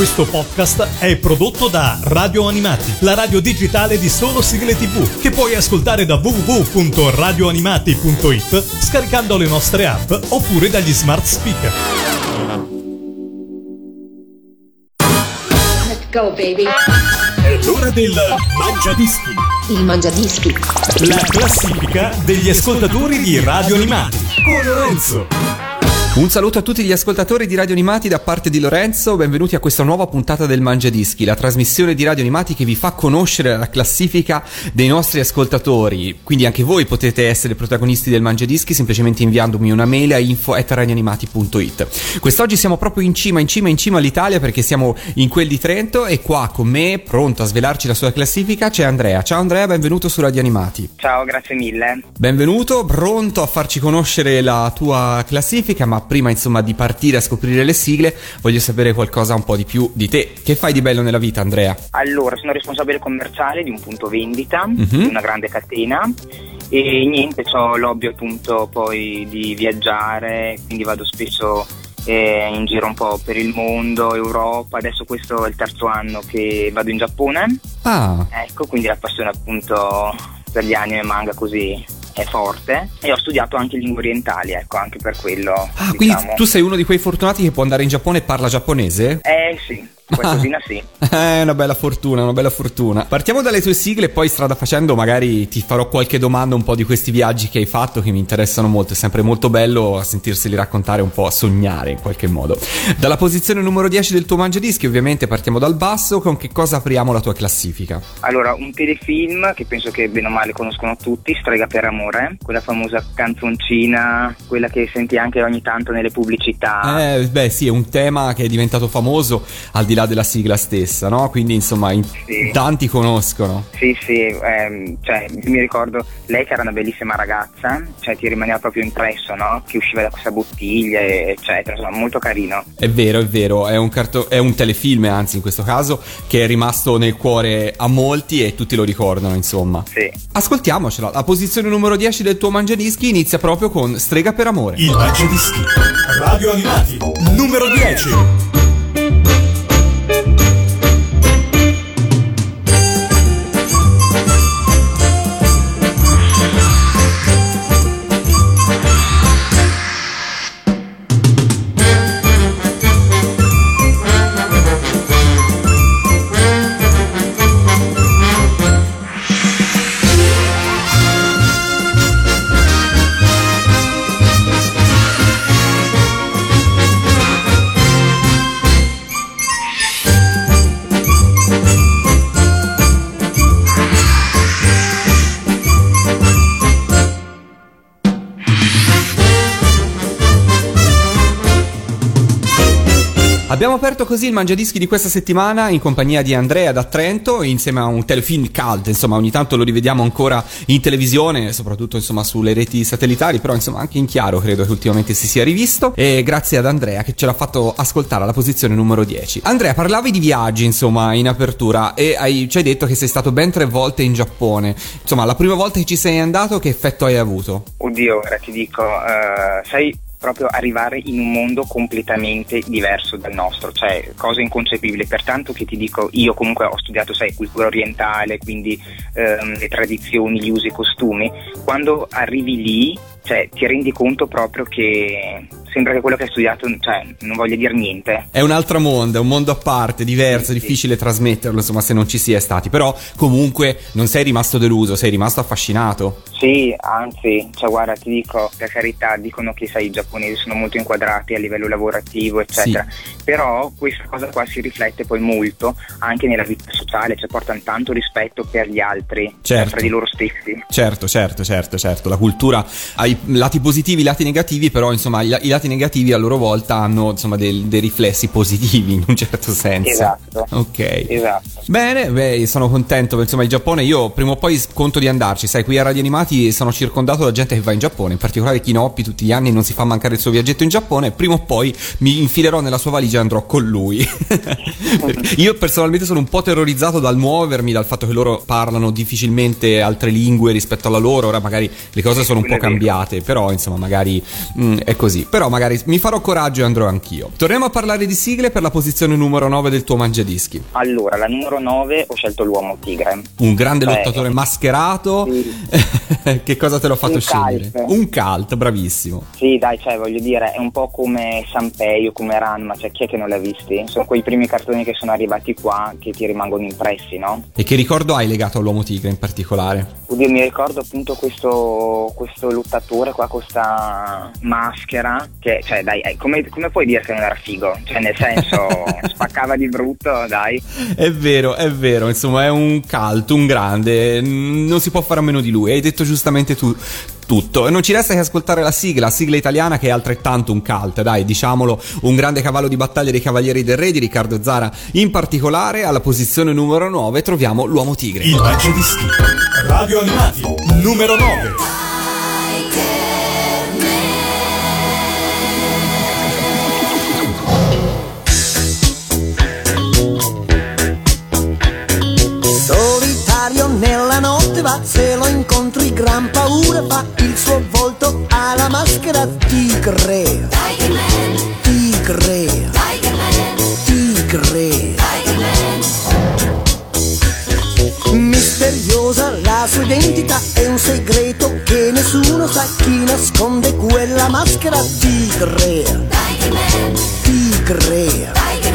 Questo podcast è prodotto da Radio Animati, la radio digitale di solo sigle TV, che puoi ascoltare da www.radioanimati.it scaricando le nostre app oppure dagli smart speaker. Let's go, baby. È l'ora del Mangiadischi. Il Mangiadischi. La classifica degli ascoltatori di Radio Animati con Lorenzo. Un saluto a tutti gli ascoltatori di Radio Animati da parte di Lorenzo, benvenuti a questa nuova puntata del Mangiadischi, la trasmissione di Radio Animati che vi fa conoscere la classifica dei nostri ascoltatori. Quindi anche voi potete essere protagonisti del Mangiadischi semplicemente inviandomi una mail a info@radioanimati.it. Quest'oggi siamo proprio in cima all'Italia perché siamo in quel di Trento e qua con me, pronto a svelarci la sua classifica, c'è Andrea. Ciao Andrea, benvenuto su Radio Animati. Ciao, grazie mille. Benvenuto, pronto a farci conoscere la tua classifica, ma prima insomma di partire a scoprire le sigle voglio sapere qualcosa un po' di più di te. Che fai di bello nella vita, Andrea? Allora, sono responsabile commerciale di un punto vendita, di una grande catena e niente, ho l'hobby appunto poi di viaggiare, quindi vado spesso in giro un po' per il mondo, Europa. Adesso questo è il terzo anno che vado in Giappone. Ecco, quindi la passione appunto per gli anime e manga così è forte e ho studiato anche lingue orientali, ecco, anche per quello. Diciamo. Quindi tu sei uno di quei fortunati che può andare in Giappone e parla giapponese? Sì, qualcosina sì. È una bella fortuna. Partiamo dalle tue sigle e poi strada facendo magari ti farò qualche domanda un po' di questi viaggi che hai fatto che mi interessano molto. È sempre molto bello a sentirseli raccontare, un po' a sognare in qualche modo. Dalla posizione numero 10 del tuo Mangiadischi ovviamente partiamo dal basso. Con che cosa apriamo la tua classifica? Allora, un telefilm che penso che bene o male conoscono tutti, Strega per amore, quella famosa canzoncina, quella che senti anche ogni tanto nelle pubblicità. Sì, è un tema che è diventato famoso al di là della sigla stessa, no? Quindi insomma sì. Tanti conoscono. Sì, cioè mi ricordo lei che era una bellissima ragazza, cioè ti rimaneva proprio impresso, no? Che usciva da questa bottiglia eccetera, insomma molto carino. È vero, è un telefilm, anzi in questo caso, che è rimasto nel cuore a molti e tutti lo ricordano, insomma. Sì. Ascoltiamocela, la posizione numero 10 del tuo Mangiadischi inizia proprio con Strega per amore. Il Mangiadischi, Radio Animati, numero 10. Abbiamo aperto così il Mangiadischi di questa settimana in compagnia di Andrea da Trento, insieme a un telefilm cult, insomma ogni tanto lo rivediamo ancora in televisione, soprattutto insomma sulle reti satellitari, però insomma anche in chiaro credo che ultimamente si sia rivisto, e grazie ad Andrea che ce l'ha fatto ascoltare alla posizione numero 10. Andrea, parlavi di viaggi insomma in apertura e ci hai detto che sei stato ben 3 volte in Giappone. Insomma, la prima volta che ci sei andato che effetto hai avuto? Oddio, ora ti dico, sai, proprio arrivare in un mondo completamente diverso dal nostro, cioè cosa inconcepibile, pertanto che ti dico, io comunque ho studiato, sai, cultura orientale, quindi le tradizioni, gli usi, i costumi. Quando arrivi lì, cioè ti rendi conto proprio che sembra che quello che hai studiato, cioè, non voglia dire niente. È un altro mondo, è un mondo a parte, diverso, difficile trasmetterlo, insomma, se non ci si è stati. Però comunque non sei rimasto deluso, sei rimasto affascinato. Sì, anzi, cioè guarda, ti dico, per carità, dicono che sai, i giapponesi sono molto inquadrati a livello lavorativo, eccetera. Sì. Però questa cosa qua si riflette poi molto anche nella vita sociale, cioè portano tanto rispetto per gli altri, certo, tra di loro stessi. Certo. La cultura ha i lati positivi, i lati negativi, però insomma i lati negativi a loro volta hanno insomma dei riflessi positivi in un certo senso. Esatto. Ok. Esatto. Bene, sono contento, insomma il Giappone io prima o poi conto di andarci, sai, qui a Radio Animati sono circondato da gente che va in Giappone, in particolare Kinoppi tutti gli anni non si fa mancare il suo viaggetto in Giappone, prima o poi mi infilerò nella sua valigia e andrò con lui. Io personalmente sono un po' terrorizzato dal muovermi, dal fatto che loro parlano difficilmente altre lingue rispetto alla loro, ora magari le cose sono un po' cambiate, però insomma magari è così, però magari mi farò coraggio e andrò anch'io. Torniamo a parlare di sigle per la posizione numero 9 del tuo Mangiadischi. Allora, la numero 9 ho scelto l'Uomo Tigre. Un grande lottatore mascherato. Sì. Che cosa te l'ho fatto scegliere? Un cult, bravissimo. Sì, dai, cioè voglio dire, è un po' come Sanpei o come Ranma, cioè chi è che non li ha visti? Sono quei primi cartoni che sono arrivati qua che ti rimangono impressi, no? E che ricordo hai legato all'Uomo Tigre in particolare? Oddio, mi ricordo appunto questo lottatore qua, questa maschera, che, cioè dai, come puoi dire che non era figo? Cioè nel senso, spaccava di brutto, dai. È vero, insomma è un cult, un grande, non si può fare a meno di lui, hai detto giustamente tu tutto. E non ci resta che ascoltare la sigla italiana, che è altrettanto un cult, dai, diciamolo, un grande cavallo di battaglia dei Cavalieri del Re di Riccardo Zara. In particolare alla posizione numero 9 troviamo l'Uomo Tigre. Il Mangiadischi, Radio Animati, numero 9. Solitario nella notte va, se lo incontri gran paura fa, il suo volto ha la maschera tigre. Tigre, tigre. Misteriosa la sua identità, è un segreto che nessuno sa, chi nasconde quella maschera tigre. Tigre,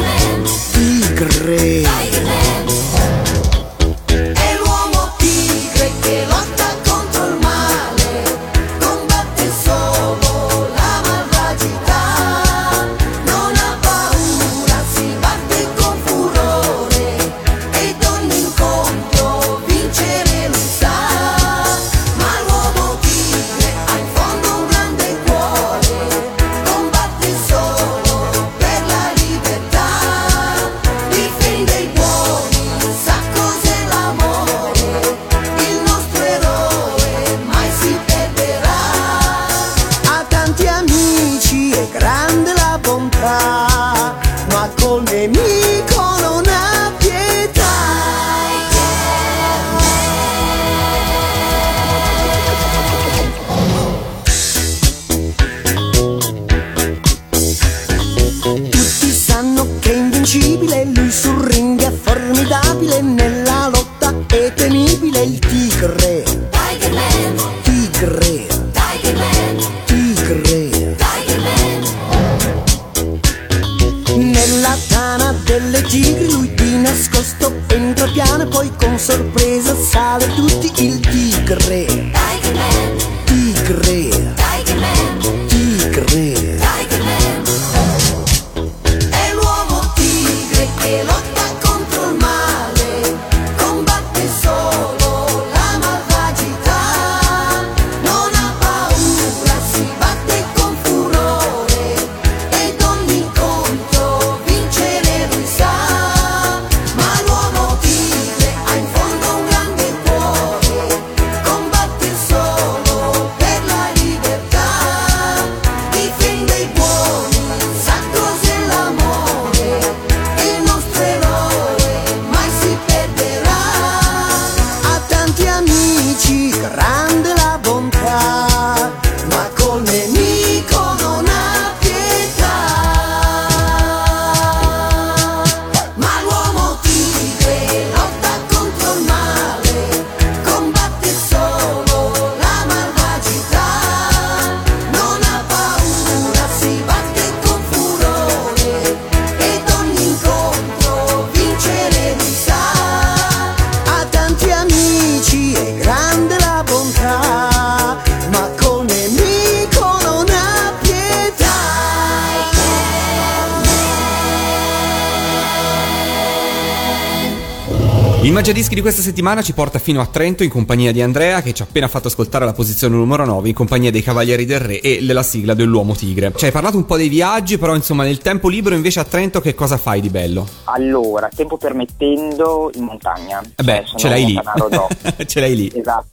tigre. Lui sul ring è formidabile, nella lotta è temibile, il tigre. Tigre, tigre. Nella tana delle tigri lui di nascosto entra piano e poi con sorpresa sale tutti, il tigre. Tigre, tigre. Il Mangiadischi di questa settimana ci porta fino a Trento in compagnia di Andrea, che ci ha appena fatto ascoltare la posizione numero 9 in compagnia dei Cavalieri del Re e della sigla dell'Uomo Tigre. Ci hai parlato un po' dei viaggi, però insomma nel tempo libero invece a Trento che cosa fai di bello? Allora, tempo permettendo, in montagna. Ce l'hai lì. Ce l'hai lì. Esatto.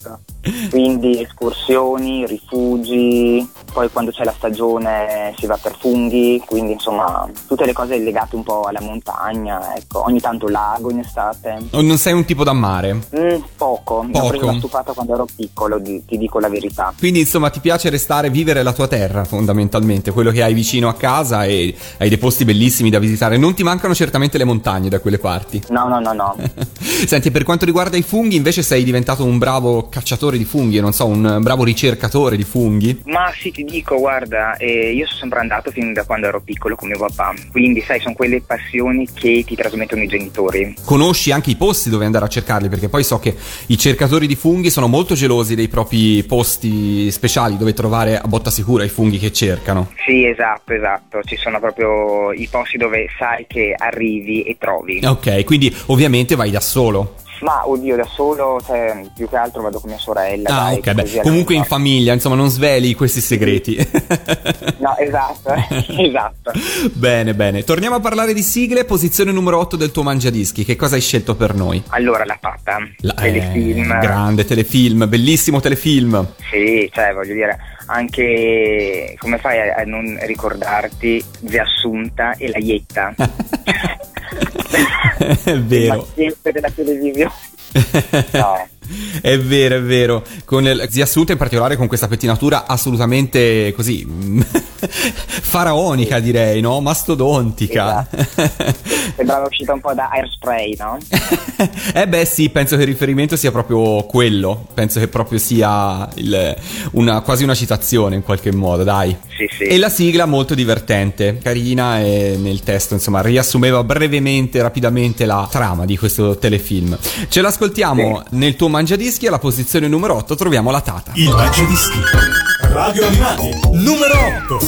Quindi escursioni, rifugi, poi quando c'è la stagione si va per funghi, quindi insomma tutte le cose legate un po' alla montagna, ecco, ogni tanto lago in estate. Non sei un tipo da mare? Poco, mi ho preso una stufata quando ero piccolo, ti dico la verità. Quindi insomma ti piace vivere la tua terra fondamentalmente, quello che hai vicino a casa, e hai dei posti bellissimi da visitare. Non ti mancano certamente le montagne da quelle parti? No. Senti, per quanto riguarda i funghi invece sei diventato un bravo cacciatore di funghi, non so, un bravo ricercatore di funghi? Ma sì, ti dico, guarda, io sono sempre andato fin da quando ero piccolo con mio papà, quindi sai, sono quelle passioni che ti trasmettono i genitori. Conosci anche i posti dove andare a cercarli, perché poi so che i cercatori di funghi sono molto gelosi dei propri posti speciali dove trovare a botta sicura i funghi che cercano. Sì, esatto, ci sono proprio i posti dove sai che arrivi e trovi. Ok, quindi ovviamente vai da solo. Ma oddio, da solo, cioè, più che altro vado con mia sorella. Ah, dai, ok, beh, comunque in famiglia, insomma, non sveli questi segreti. No, esatto. Bene, torniamo a parlare di sigle. Posizione numero 8 del tuo Mangiadischi, che cosa hai scelto per noi? Allora, La Pata, telefilm. Grande telefilm, bellissimo telefilm. Sì, cioè, voglio dire, anche come fai a non ricordarti Zia Assunta e la Ietta? È vero. Ma sempre della televisione. No. È vero, con Zia Assunta in particolare, con questa pettinatura assolutamente così faraonica, direi, no? Mastodontica. Esatto. Sembrava uscita un po' da Hairspray, no? Beh sì, penso che il riferimento sia proprio quello, penso che proprio sia quasi una citazione in qualche modo, dai. Sì. E la sigla molto divertente, carina, e nel testo insomma riassumeva brevemente, rapidamente la trama di questo telefilm. Ce l'ascoltiamo nel tuo Mangiadischi. Alla posizione numero 8 troviamo La Tata. Il Mangiadischi, Radio Animati, numero 8.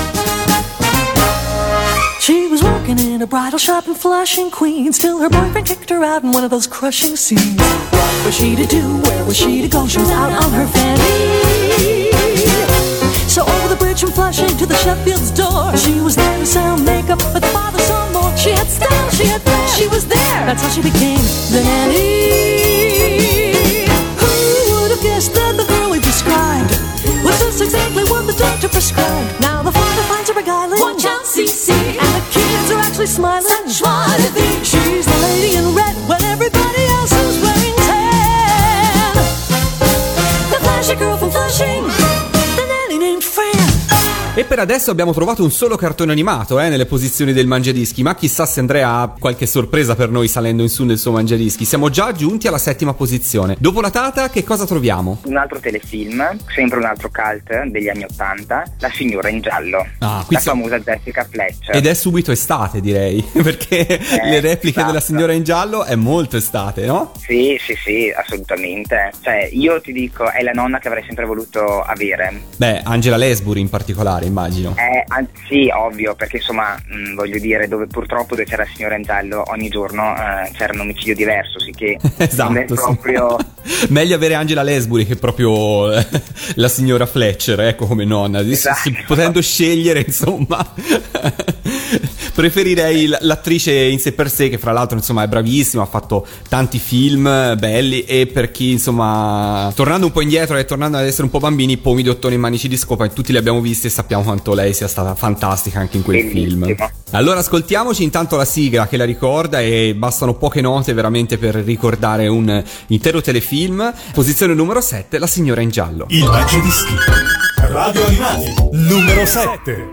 She was working in a bridal shop in Flushing, Queens, till her boyfriend kicked her out in one of those crushing scenes. What was she to do? Where was she to go? She was out on her fanny. So over the bridge from Flushing to the Sheffield's door, she was there to sell makeup, but the father saw more. She had style, she had flair, she was there. That's how she became the nanny. Who would have guessed that the girl we described was just exactly what the doctor prescribed? Now the father finds her beguiling. Watch out, CC. And the kids are actually smiling. Joie de vivre. She's the lady in red when everybody else is wearing tan. The flashy girl from Flushing, the nanny named Fran. E per adesso abbiamo trovato un solo cartone animato nelle posizioni del Mangiadischi, ma chissà se Andrea ha qualche sorpresa per noi salendo in su nel suo Mangiadischi. Siamo già giunti alla 7ª posizione. Dopo La Tata, che cosa troviamo? Un altro telefilm, sempre un altro cult degli anni 80, La Signora in Giallo, la famosa Jessica Fletcher. Ed è subito estate, direi, perché le repliche esatto. della Signora in Giallo è molto estate, no? Sì, assolutamente. Cioè, io ti dico, è la nonna che avrei sempre voluto avere. Beh, Angela Lansbury in particolare, immagino. Sì, ovvio, perché insomma, voglio dire, dove c'era la Signora in Giallo, ogni giorno c'era un omicidio diverso, sì che esatto, non è proprio... Sì. Meglio avere Angela Lansbury che proprio la signora Fletcher, ecco, come nonna. Esatto. Potendo scegliere, insomma... Preferirei l'attrice in sé per sé, che fra l'altro insomma è bravissima, ha fatto tanti film belli, e per chi insomma, tornando un po' indietro e tornando ad essere un po' bambini, Pomi, Ottone e Manici di Scopa, e tutti li abbiamo visti e sappiamo quanto lei sia stata fantastica anche in quel bellissimo film. Allora ascoltiamoci intanto la sigla che la ricorda, e bastano poche note veramente per ricordare un intero telefilm. Posizione numero 7, La Signora in Giallo. Il Mangiadischi, Radio Animati, numero 7.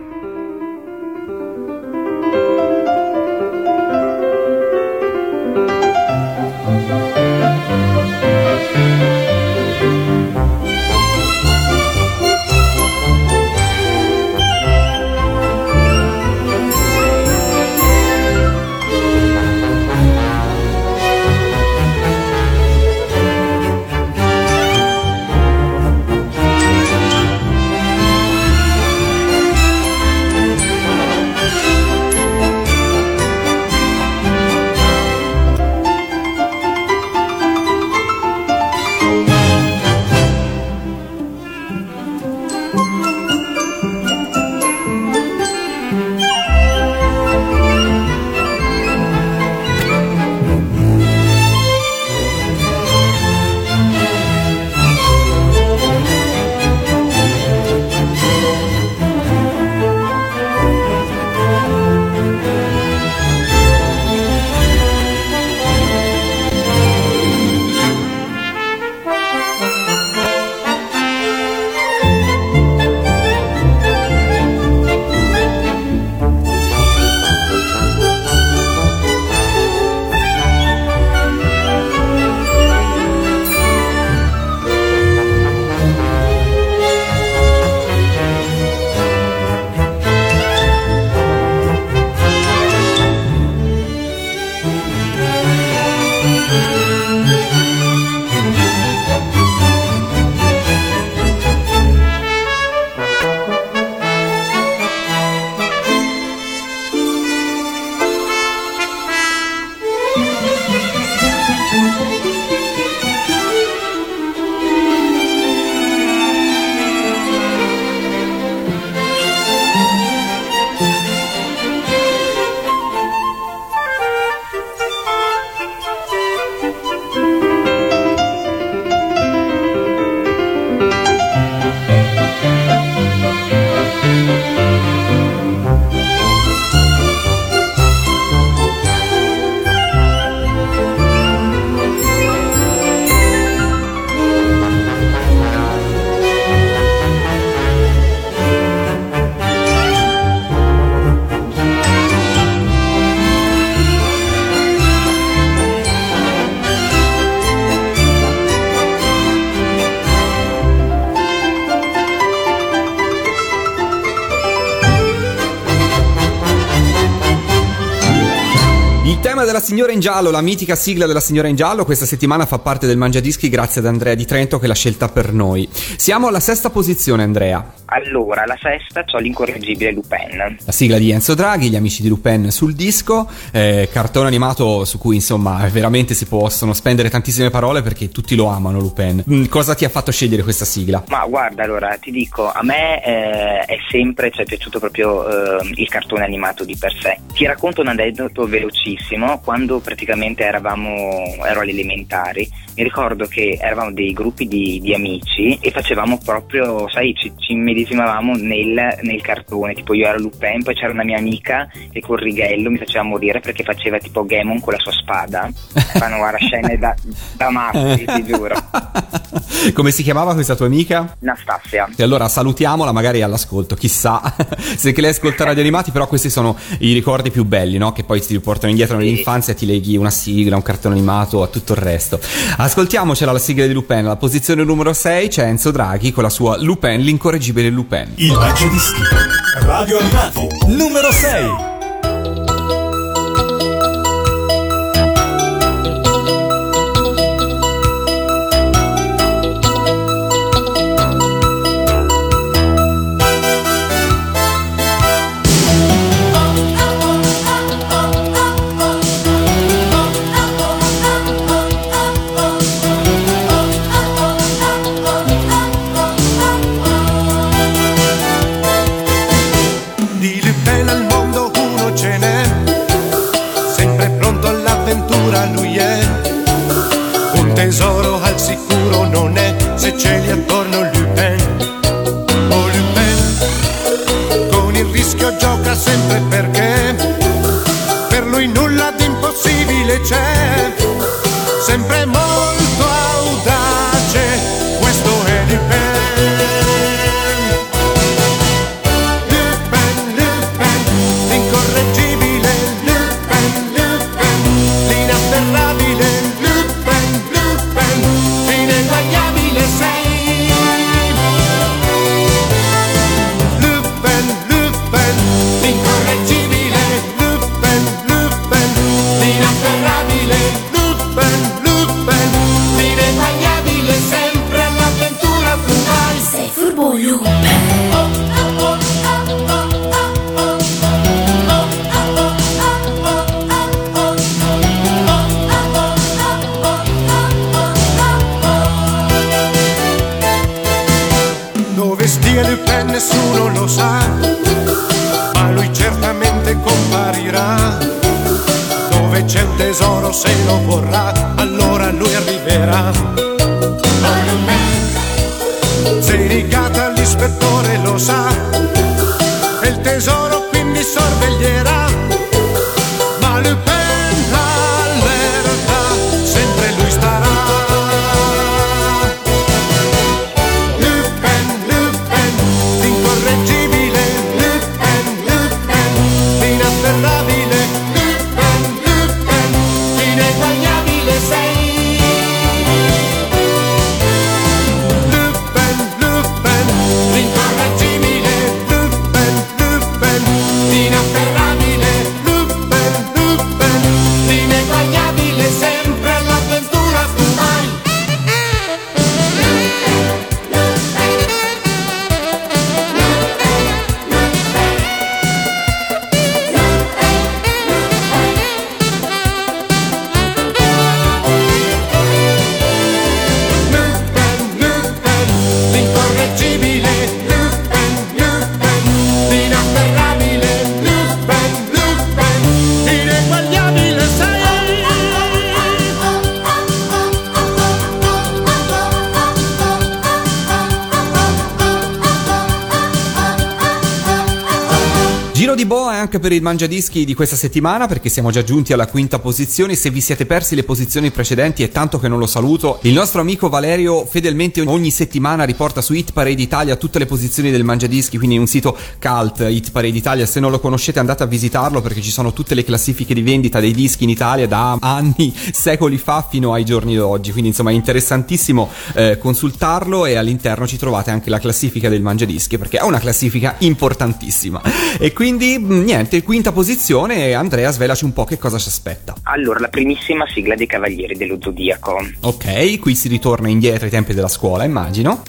Della Signora in Giallo, la mitica sigla della Signora in Giallo, questa settimana fa parte del Mangiadischi grazie ad Andrea di Trento che l'ha scelta per noi. Siamo alla sesta posizione, Andrea. Allora, alla sesta c'ho l'incorreggibile Lupin. La sigla di Enzo Draghi, gli amici di Lupin sul disco, cartone animato su cui insomma veramente si possono spendere tantissime parole perché tutti lo amano Lupin. Cosa ti ha fatto scegliere questa sigla? Ma guarda, allora ti dico, a me è sempre piaciuto proprio il cartone animato di per sé. Ti racconto un aneddoto velocissimo. Quando praticamente ero alle elementari, mi ricordo che eravamo dei gruppi di amici e facevamo proprio, sai, ci immedesimavamo nel cartone, tipo io ero Lupin, poi c'era una mia amica che col righello mi faceva morire perché faceva tipo Gaemon con la sua spada. Fanno guarda scene da matti, ti giuro. Come si chiamava questa tua amica? Anastasia. E allora salutiamola, magari all'ascolto, chissà se che lei ascolta Radio Animati, però questi sono i ricordi più belli, no? Che poi ti riportano indietro nell'infanzia e ti leghi una sigla, un cartone animato a tutto il resto. Ascoltiamocela la sigla di Lupin. Alla posizione numero 6 c'è Enzo Draghi con la sua Lupin, l'incorreggibile Lupin. Il Mangiadischi Radio Animati numero 6. Tesoro al sicuro non è se ce li attorno Lupin. Oh Lupin, con il rischio gioca sempre perché per lui nulla di impossibile c'è. Sempre molto audace, questo è Lupin. Lupin, Lupin, l'incorreggibile Lupin, Lupin, l'inafferrabile ineguagliabile sei. Lupin, Lupin, l'incorreggibile Lupin, Lupin, l'inafferrabile Lupin, Lupin, l'ineguagliabile, sempre all'avventura tu vai. Sei furbo Lupin. Lupin nessuno lo sa, ma lui certamente comparirà. Dove c'è un tesoro se lo vorrà, allora lui arriverà. Oh Lupin, Zenigata l'ispettore lo sa, e il tesoro quindi sorveglierà. Ma Lupin allerta, sempre lui starà. Inafferrabile Giro di boa anche per il Mangiadischi di questa settimana, perché siamo già giunti alla quinta posizione. Se vi siete persi le posizioni precedenti, è tanto che non lo saluto. Il nostro amico Valerio fedelmente ogni settimana riporta su Hit Parade Italia tutte le posizioni del Mangiadischi, quindi un sito cult, Hit Parade Italia. Se non lo conoscete andate a visitarlo, perché ci sono tutte le classifiche di vendita dei dischi in Italia da anni, secoli fa fino ai giorni d'oggi, quindi insomma è interessantissimo consultarlo, e all'interno ci trovate anche la classifica del Mangiadischi, perché è una classifica importantissima. E quindi niente, quinta posizione. Andrea, svelaci un po' che cosa ci aspetta. Allora, la primissima sigla dei Cavalieri dello Zodiaco. Ok, qui si ritorna indietro ai tempi della scuola, immagino.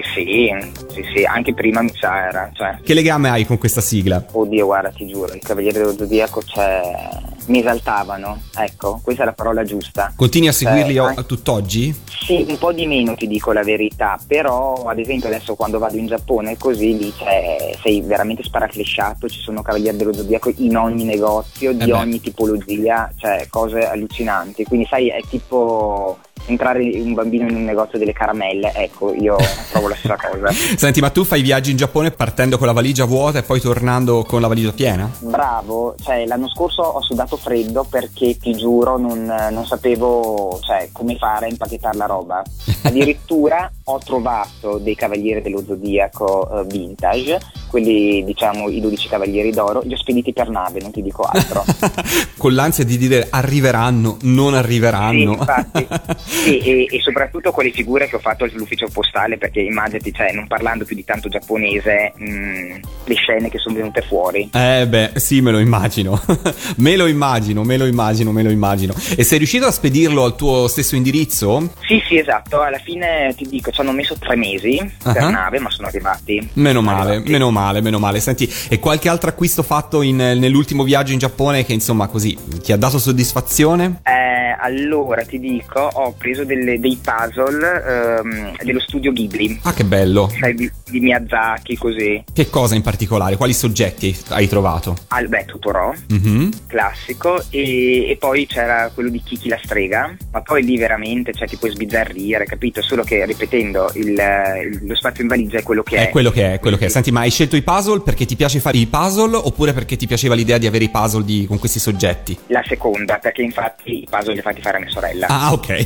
Sì, anche prima mi sa era, cioè. Che legame hai con questa sigla? Oddio, guarda, ti giuro, i Cavalieri dello Zodiaco, mi esaltavano, ecco, questa è la parola giusta. Continui a seguirli a tutt'oggi? Sì, un po' di meno, ti dico la verità, però ad esempio adesso quando vado in Giappone così lì sei veramente sparaflesciato, ci sono Cavalieri dello Zodiaco in ogni negozio, di ogni tipologia, cioè cose allucinanti, quindi sai, è tipo entrare un bambino in un negozio delle caramelle, ecco, io provo la stessa cosa. Senti, ma tu fai viaggi in Giappone partendo con la valigia vuota e poi tornando con la valigia piena? Bravo, cioè l'anno scorso ho sudato freddo perché ti giuro non sapevo, cioè, come fare a impacchettare la roba. Addirittura ho trovato dei Cavalieri dello Zodiaco vintage, quelli diciamo i 12 Cavalieri d'Oro, li ho spediti per nave, non ti dico altro. Con l'ansia di dire arriveranno, non arriveranno. Sì, infatti. E soprattutto con le figure che ho fatto all'ufficio postale, perché immaginati, cioè, non parlando più di tanto giapponese, le scene che sono venute fuori. Sì, me lo immagino. me lo immagino. E sei riuscito a spedirlo al tuo stesso indirizzo? Sì, esatto. Alla fine ti dico, ci hanno messo 3 mesi per nave, ma sono arrivati. Meno male. Senti, e qualche altro acquisto fatto nell'ultimo viaggio in Giappone che insomma così ti ha dato soddisfazione? Allora ti dico, ho preso dei puzzle dello studio Ghibli. Ah, che bello. Sai, di Miyazaki, così. Che cosa in particolare? Quali soggetti hai trovato? Totoro, classico, e poi c'era quello di Kiki la strega, ma poi lì veramente, cioè, ti puoi sbizzarrire, capito? Solo che ripetendo lo spazio in valigia è quello che è. È quello che è. Senti, ma hai scelto i puzzle perché ti piace fare i puzzle oppure perché ti piaceva l'idea di avere i puzzle con questi soggetti? La seconda, perché infatti i puzzle li ho fatti fare a mia sorella. Ah, ok.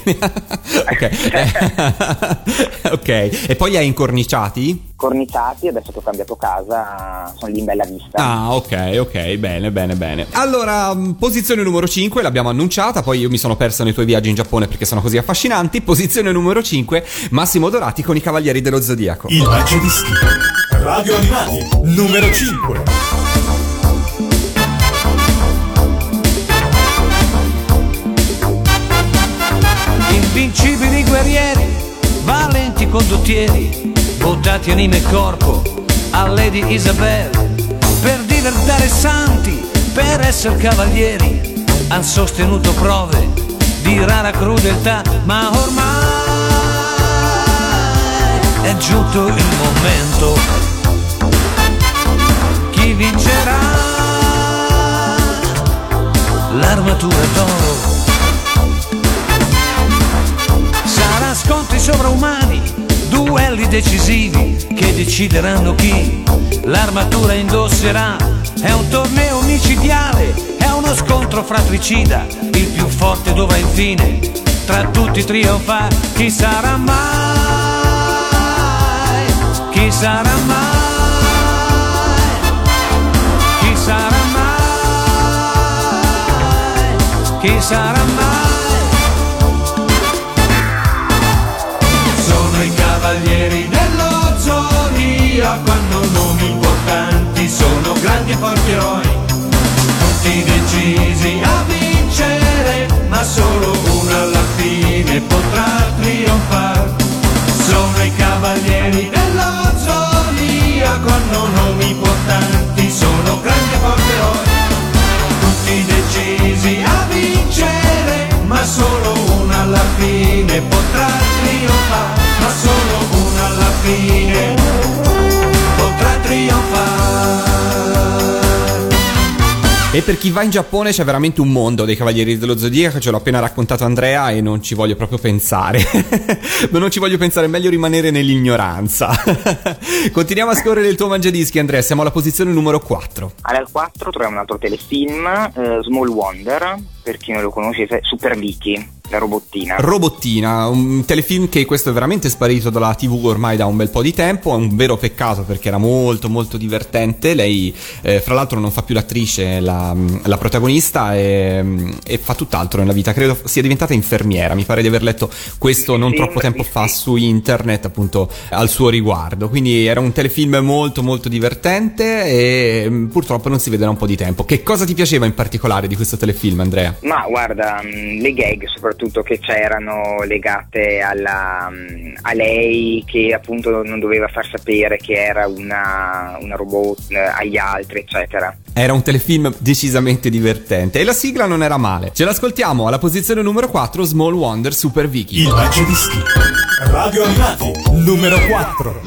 Ok, e poi li hai incorniciati? Corniciati, adesso che ho cambiato casa sono lì in bella vista. Ah, ok, bene. Allora, posizione numero 5 l'abbiamo annunciata, poi io mi sono perso nei tuoi viaggi in Giappone perché sono così affascinanti. Posizione numero 5, Massimo Dorati con i Cavalieri dello Zodiaco. Il Mangiadischi, Radio Animati, numero 5. Invincibili guerrieri, valenti condottieri, buttati anima e corpo a Lady Isabel, per diventare santi, per essere cavalieri, han sostenuto prove di rara crudeltà, ma ormai è giunto il momento. Chi vincerà? L'armatura d'oro. Sarà scontri sovraumani, duelli decisivi che decideranno chi l'armatura indosserà. È un torneo micidiale, è uno scontro fratricida, il più forte dovrà infine tra tutti trionfare. Chi sarà mai? Chi sarà mai? Chi sarà mai? Chi sarà mai? Sono i cavalieri dello zodiaco, hanno nomi importanti, sono grandi e forti eroi, tutti decisi a vincere, ma solo uno alla fine potrà trionfare. Sono i cavalieri dello zodiaco, hanno nomi importanti, sono grandi e forti eroi, tutti decisi a vincere, ma solo uno alla fine potrà trionfare. Ma solo uno alla fine potrà trionfare. E per chi va in Giappone c'è veramente un mondo dei Cavalieri dello Zodiaco, ce l'ho appena raccontato Andrea e non ci voglio proprio pensare. Non ci voglio pensare, è meglio rimanere nell'ignoranza. Continuiamo a scorrere il tuo mangiadischi, Andrea, siamo alla posizione numero 4. Al 4 troviamo un altro telefilm, Small Wonder, per chi non lo conosce, Super Vicky, la robottina, un telefilm che questo è veramente sparito dalla TV ormai da un bel po' di tempo, è un vero peccato perché era molto molto divertente. Lei fra l'altro non fa più l'attrice, la protagonista, e fa tutt'altro nella vita, credo sia diventata infermiera, mi pare di aver letto questo non troppo tempo fa su internet appunto al suo riguardo, quindi era un telefilm molto molto divertente e purtroppo non si vede da un po' di tempo. Che cosa ti piaceva in particolare di questo telefilm, Andrea? Ma guarda, le gag soprattutto che c'erano legate a lei, che appunto non doveva far sapere che era una robot agli altri, eccetera. Era un telefilm decisamente divertente e la sigla non era male. Ce l'ascoltiamo alla posizione numero 4, Small Wonder, Super Vicky. Il mangiadischi Radio Animati numero 4.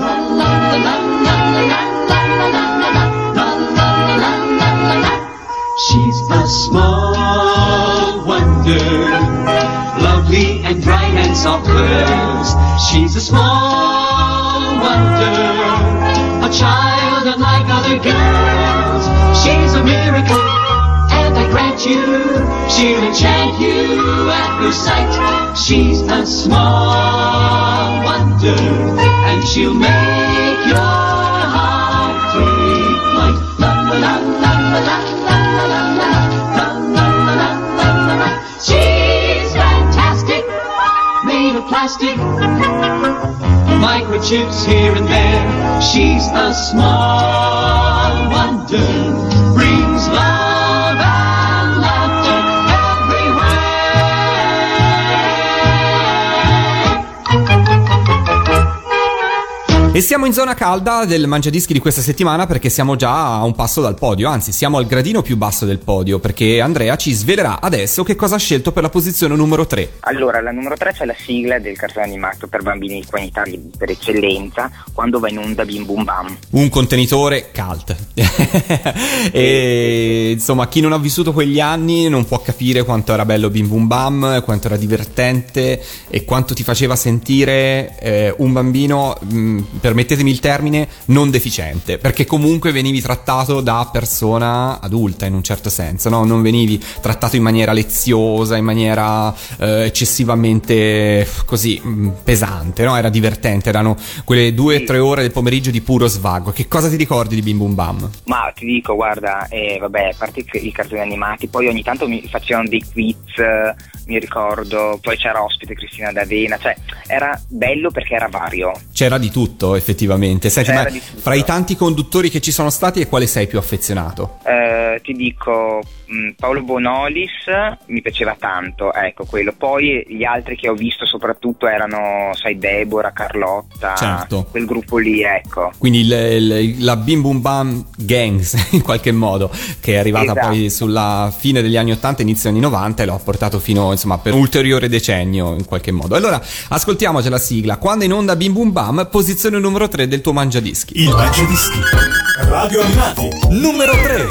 She's a small wonder, lovely and bright and soft curves. She's a small wonder, a child unlike other girls. She's a miracle, and I grant you, she'll enchant you at her sight. She's a small wonder, and she'll make your heart beat light. La la la la la la. Plastic, microchips here and there. She's a small wonder, brings love and laughter everywhere. E siamo in zona calda del mangiadischi di questa settimana perché siamo già a un passo dal podio, anzi siamo al gradino più basso del podio, perché Andrea ci svelerà adesso che cosa ha scelto per la posizione numero 3. Allora, la numero 3 c'è la sigla del cartone animato per bambini qua in Italia per eccellenza, quando va in onda Bim Bum Bam. Un contenitore cult. E insomma, chi non ha vissuto quegli anni non può capire quanto era bello Bim Bum Bam, quanto era divertente e quanto ti faceva sentire un bambino, permettetemi il termine, non deficiente, perché comunque venivi trattato da persona adulta in un certo senso, no? Non venivi trattato in maniera leziosa, in maniera eccessivamente così pesante, no? Era divertente, erano quelle 2 o 3 ore del pomeriggio di puro svago. Che cosa ti ricordi di Bim Bum Bam? Ma ti dico, guarda, vabbè, a parte i cartoni animati, poi ogni tanto mi facevano dei quiz, mi ricordo, poi c'era ospite Cristina D'Avena, cioè era bello perché era vario. C'era di tutto effettivamente. Senti, ma di tutto. Fra i tanti conduttori che ci sono stati, a quale sei più affezionato? Ti dico Paolo Bonolis, mi piaceva tanto, ecco quello. Poi gli altri che ho visto soprattutto erano, sai, Deborah, Carlotta, certo, quel gruppo lì, ecco. Quindi la Bim Bum Bam Gangs in qualche modo, che è arrivata poi sulla fine degli anni 80, inizio anni 90 e lo ha portato fino, insomma, per un ulteriore decennio in qualche modo. Allora ascoltiamoci la sigla. Quando in onda Bim Bum Bam, posizione numero 3 del tuo mangiadischi. Il mangiadischi Radio Animati numero 3.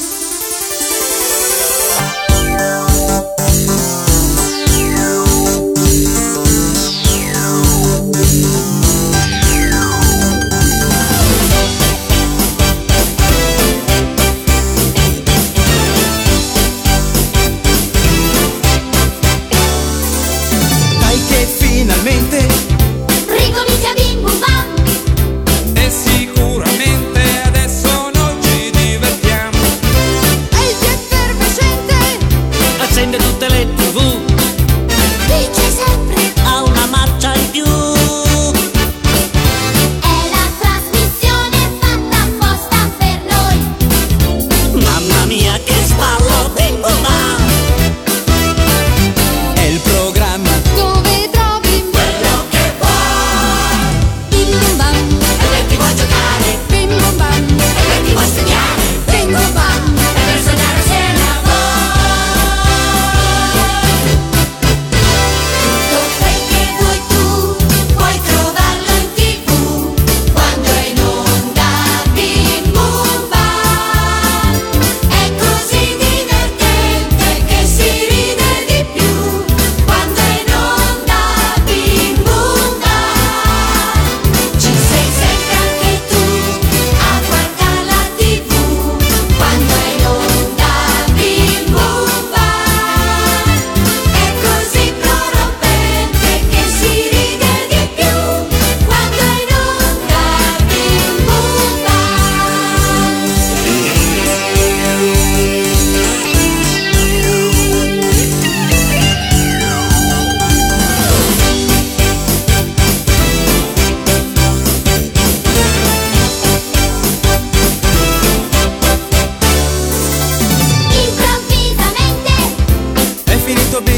Dai che finalmente ricomincia Bim Bum Bam. E sicuramente adesso noi ci divertiamo.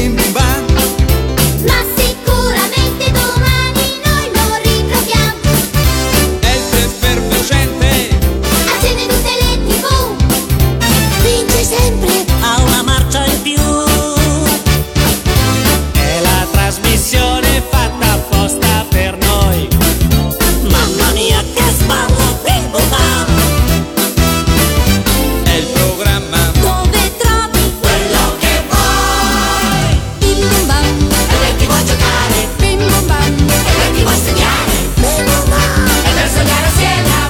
bim bum bam. Ma sicuramente domani noi lo ritroviamo. È il più effervescente, Accende tutte le TV, vince sempre, Ha una marcia in più. È la trasmissione fatta apposta per noi. Mamma mia che sballo, bim bum bam. è il programma dove trovi Quello che vuoi. bim bum bam, E per chi vuoi giocare, bim bum bam, e per chi vuoi studiare, bim bum bam. e per sognare assieme a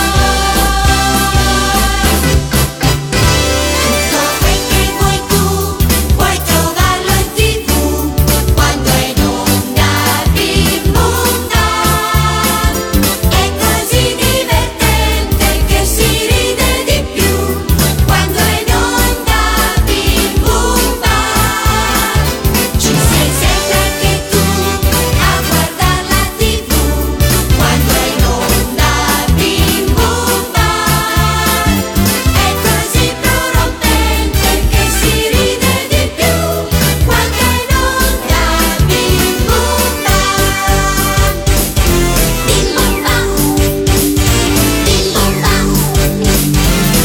voi. Tutto quel che vuoi tu, puoi trovarlo in TV, quando è in onda bim bum bam. È così divertente che si ride di più, quando è in onda bim bum bam. Ci sei sempre anche tu a guardare la TV, quando è in onda bim bum bam. È così prorompente che si ride di più, quando è in onda bim bum bam. Bim bum bam, bim bum bam.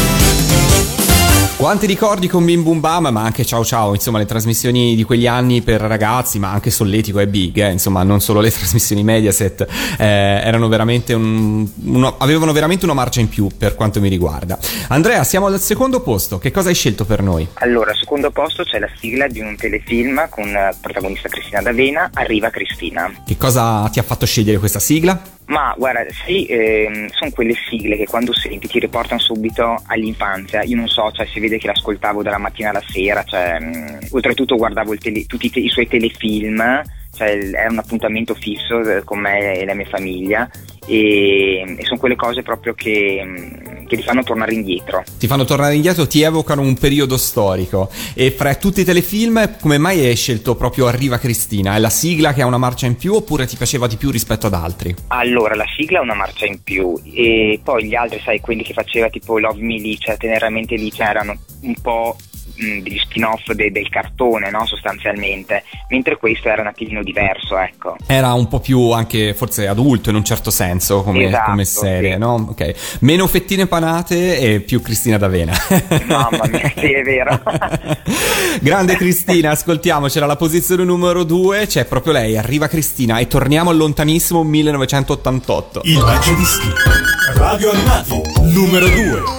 Quanti ricordi con Bim Bum Bam, ma anche Ciao Ciao, insomma le trasmissioni di quegli anni per ragazzi, ma anche Solletico e Big, insomma non solo le trasmissioni Mediaset, erano veramente avevano veramente una marcia in più per quanto mi riguarda. Andrea, siamo al secondo posto, che cosa hai scelto per noi? Allora, al secondo posto c'è la sigla di un telefilm con protagonista Cristina D'Avena, Arriva Cristina. Che cosa ti ha fatto scegliere questa sigla? Ma guarda, sì, sono quelle sigle che quando senti ti riportano subito all'infanzia. Io non so, cioè si vede che l'ascoltavo dalla mattina alla sera, cioè oltretutto guardavo tutti i suoi telefilm, cioè era un appuntamento fisso con me e la mia famiglia, e sono quelle cose proprio che ti fanno tornare indietro. Ti fanno tornare indietro, ti evocano un periodo storico. E fra tutti i telefilm, come mai hai scelto proprio Arriva Cristina? È la sigla che ha una marcia in più oppure ti piaceva di più rispetto ad altri? Allora, la sigla ha una marcia in più e poi gli altri, sai, quelli che faceva tipo Love Me Lì, cioè Teneramente Lì, erano un po' degli spin-off del cartone, no, sostanzialmente, mentre questo era un attimino diverso, ecco. Era un po' più anche forse adulto in un certo senso come, Esatto, come serie, sì. no? Ok. Meno fettine panate e più Cristina D'Avena. Mamma mia, sì, è vero. Grande Cristina, ascoltiamocela, la posizione numero 2, c'è proprio lei, Arriva Cristina, e torniamo al lontanissimo 1988. Il Mangiadischi. Radio Animati. Numero 2.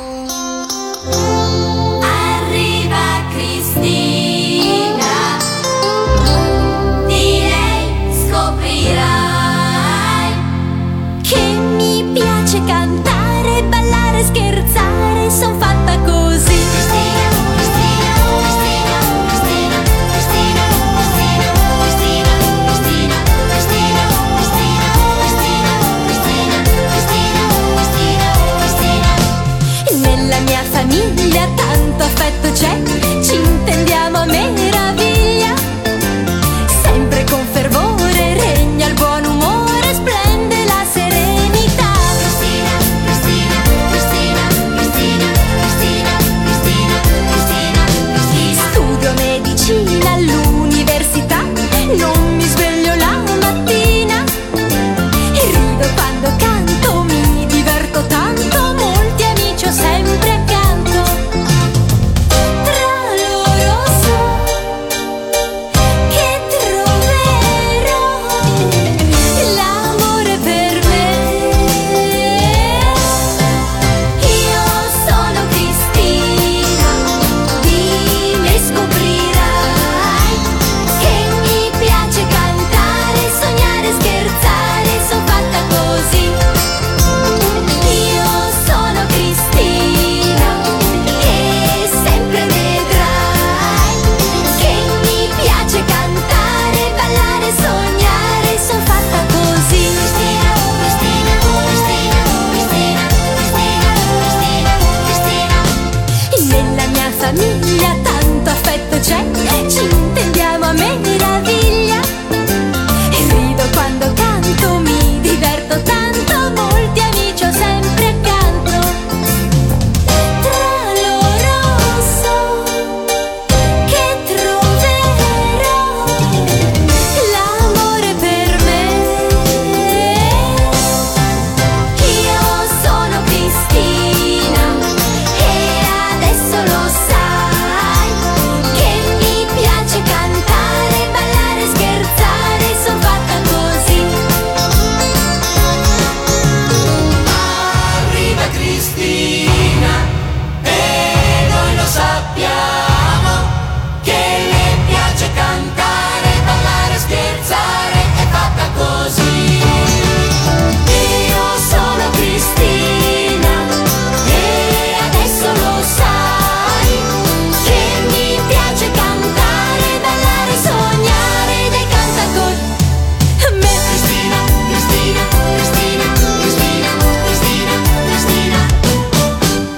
Arriva Cristina, di lei scoprirai che mi piace cantare, ballare, scherzare, son fatta così. Cristina, Cristina, Cristina, Cristina, Cristina, Cristina, Cristina, Cristina, Cristina, Cristina, Cristina, Cristina, Cristina, Cristina. Nella mia famiglia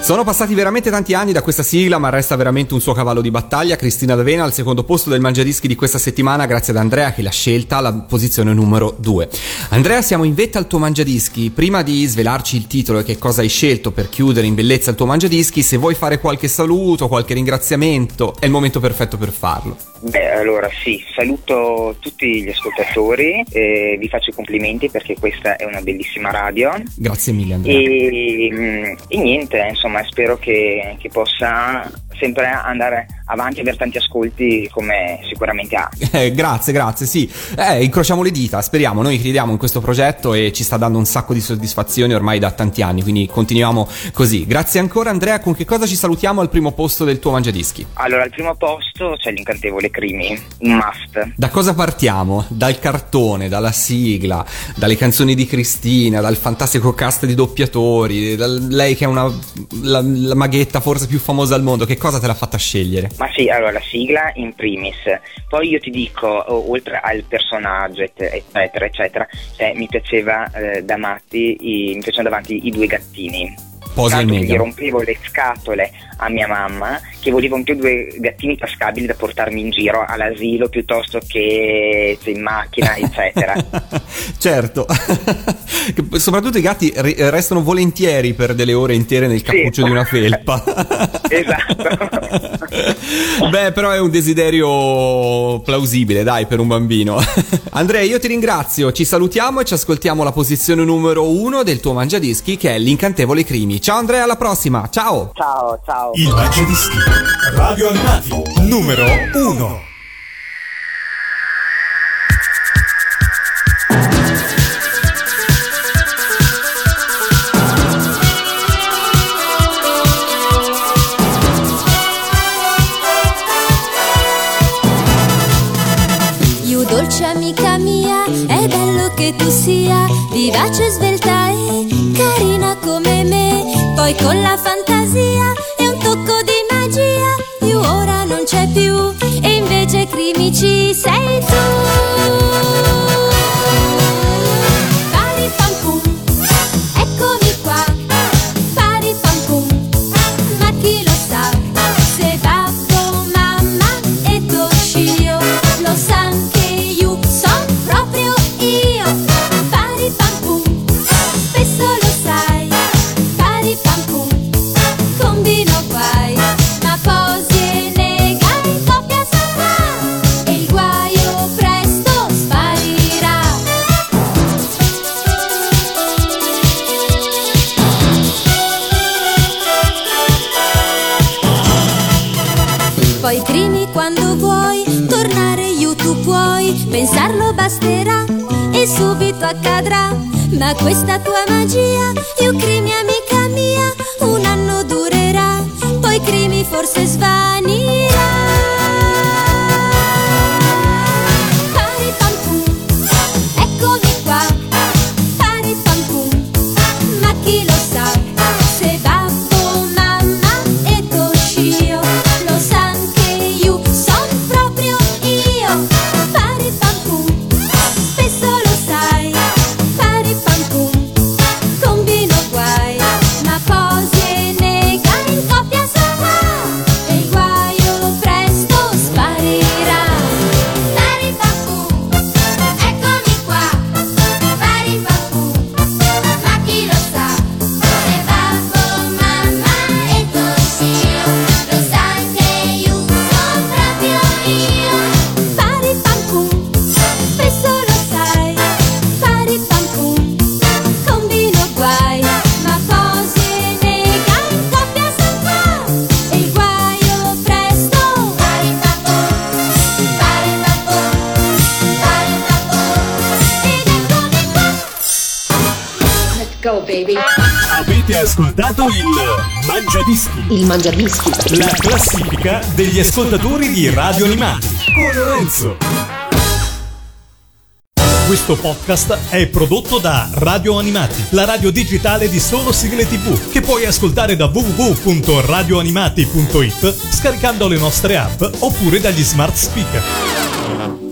Sono passati veramente tanti anni da questa sigla, ma resta veramente un suo cavallo di battaglia. Cristina D'Avena al secondo posto del Mangiadischi di questa settimana, grazie ad Andrea che l'ha scelta alla posizione numero 2. Andrea, siamo in vetta al tuo Mangiadischi. Prima di svelarci il titolo e che cosa hai scelto per chiudere in bellezza il tuo Mangiadischi, se vuoi fare qualche saluto, qualche ringraziamento, è il momento perfetto per farlo. Beh, allora sì, saluto tutti gli ascoltatori, vi faccio i complimenti perché questa è una bellissima radio. Grazie mille, Andrea. E niente, insomma, spero che possa sempre andare avanti e avere tanti ascolti come sicuramente ha. Grazie, sì. Incrociamo le dita, speriamo, noi crediamo in questo progetto e ci sta dando un sacco di soddisfazioni ormai da tanti anni, quindi continuiamo così. Grazie ancora, Andrea. Con che cosa ci salutiamo al primo posto del tuo Mangiadischi? Allora, al primo posto c'è l'incantevole Crimi, un must. Da cosa partiamo? Dal cartone, dalla sigla, dalle canzoni di Cristina, dal fantastico cast di doppiatori, lei che è la maghetta forse più famosa al mondo. Che cosa te l'ha fatta scegliere? Ma sì, allora la sigla in primis, poi io ti dico, oltre al personaggio eccetera eccetera, mi piaceva da matti, mi piacevano davanti i due gattini. Tanto che gli rompevo le scatole a mia mamma che voleva anche due gattini tascabili da portarmi in giro all'asilo piuttosto che in macchina eccetera. Certo. Soprattutto i gatti restano volentieri per delle ore intere nel cappuccio di una felpa. Esatto. Beh, però è un desiderio plausibile, dai, per un bambino. Andrea, io ti ringrazio, ci salutiamo e ci ascoltiamo la posizione numero 1 del tuo Mangiadischi, che è l'incantevole Crimi. Ciao Andrea, alla prossima, ciao. Ciao. Il Mangiadischi, Radio Animati, numero 1. Dolce amica mia, è bello che tu sia vivace, svelta e carina come me. Poi con la fantasia e un tocco di magia, più ora non c'è più e invece Crimi ci sei tu. Pari pam pum, eccomi qua. Pari pam pum, ma chi lo sa se babbo, mamma e Toshio lo sanno che proprio io. Pari pam pum, spesso lo sai. Pari pam pum, combino guai, ma posi e nega in coppia sarà e il guaio presto sparirà. Poi Crimi quando vuoi tornare YouTube puoi, pensarlo basterà e subito accadrà. Ma questa tua magia, io Crimi amica mia, un anno durerà, poi Crimi forse svanirà. Pari pam pum, eccomi qua. Pari pam pum, ma chi lo sa se babbo, mamma e Toshio lo sanno che io son proprio io. Pari pam pum, spesso lo sai. Pari pam pum, combino guai, ma posi e nega in coppia sarà e il guaio presto sparirà. Pari pam pum, eccomi qua. Pari pam pum, ma chi lo sa se babbo, mamma e Toshio lo sanno che io son proprio io. Pari pam pum, spesso lo sai. Pari pam pum, combino guai, ma posi e nega in coppia sarà e il guaio presto. Pari pam pum, pari pam pum, pari pam pum, ed eccomi qua. Let's go, baby. Avete ascoltato il Mangiadischi, Il Mangiadischi. la classifica degli ascoltatori di Radio Animati con Lorenzo. Questo podcast è prodotto da Radio Animati, la radio digitale di solo sigle TV, che puoi ascoltare da www.radioanimati.it scaricando le nostre app oppure dagli smart speaker.